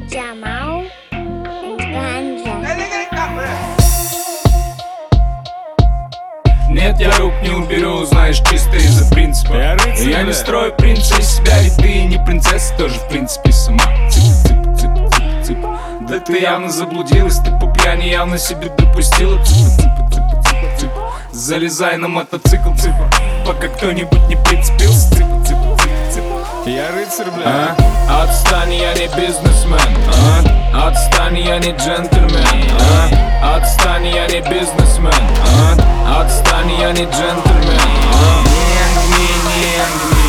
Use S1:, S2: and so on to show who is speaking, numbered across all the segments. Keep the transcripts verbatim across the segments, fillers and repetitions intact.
S1: Jamal Ganja.
S2: Нет, я рук не уберу, знаешь, чисто из-за принципа. Я, рыцарь, я не строю принца из себя, ведь ты не принцесса, тоже в принципе сама. Цып, цып, цып, цып, цып. Да ты явно заблудилась, ты по пьяни явно себе допустила. Цып, цып, цып, цып, цып. Залезай на мотоцикл, цып, пока кто-нибудь не прицепился. Цып, цып, цып, цып.
S3: Я рыцарь, бля.
S2: А? Отстань, я не бизнесмен. А? Отстань, я не джентльмен. А? Отстань, я не бизнесмен. А? Отстань, я не джентльмен. А? Не огни, не огни.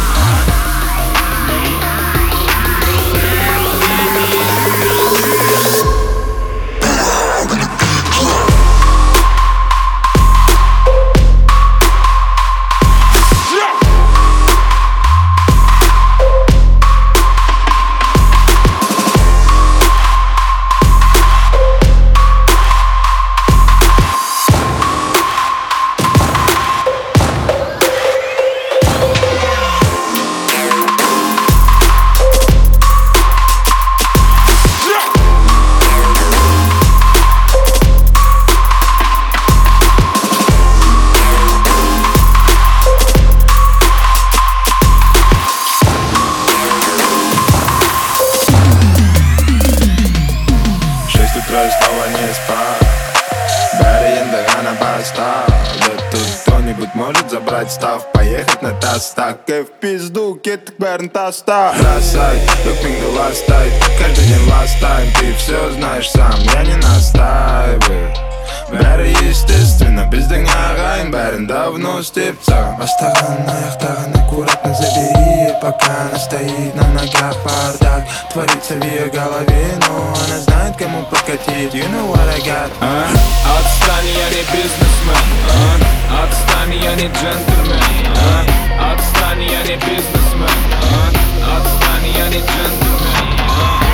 S3: Снова не спал. Бәрі енді ғана басталды. Тут кто-нибудь может забрать став, поехать на тастак. И в пизду кеттік бәрін таста. Бросай, документты ластай, каждый день ластайм. Ты все знаешь сам, я не настаиваю. Бәрі естественно, біздің ағайын бәрін давно істеп саған. Бастаған аяқтаған аккуратно забери, пока она стоит на ногах. Бардак творится в ее голове, но она знает, кому подкатить. You know what I got.
S2: а? Отстань, я не бизнесмен. а? Отстань, я не джентльмен. а? Отстань, я не бизнесмен. а? Отстань, я не джентльмен. а?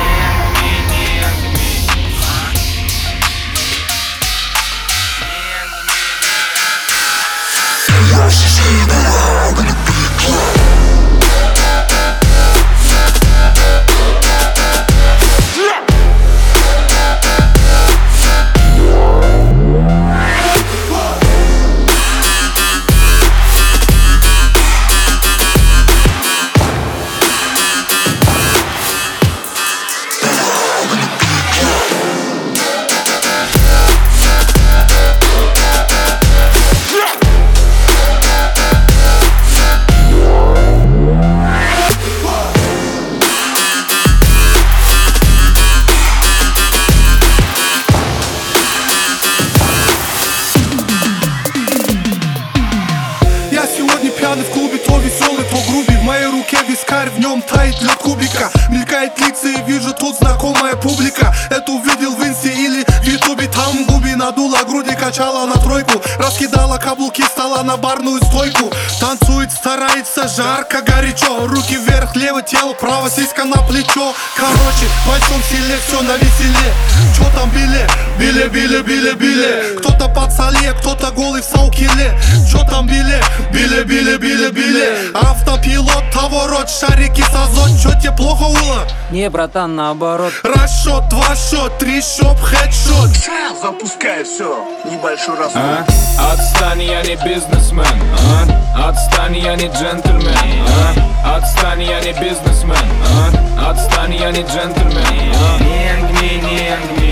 S4: В клубе то веселый, то грубый. В моей руке вискарь, в нем тает лед кубика. Мелькает лица и вижу тут знакомая публика. Это увидел в инсте или в ютубе. Там губи надула, груди качала на тройку. Раскидала каблуки, стала на барную стойку. Танцует, старается, жарко, горячо. Руки вверх, левое тело, право сиська на плечо. Короче, в большом селе все на веселе. Чё там били? Били, били, били, били. Кто-то под соле, кто-то голый в саукеле. Чё там били? Били, били, били, били. Автопилот, поворот, шарики с азот. Чё тебе плохо было?
S5: Не, братан, наоборот.
S4: Расчет, два шот, три шоп, хедшот.
S6: Запускай все, небольшой расход.
S2: а? Отстань, я не бизнесмен. а? Отстань, я не джентльмен. а? Отстань, я не бизнесмен. а? Отстань, я не джентльмен. а? Не огни, не огни.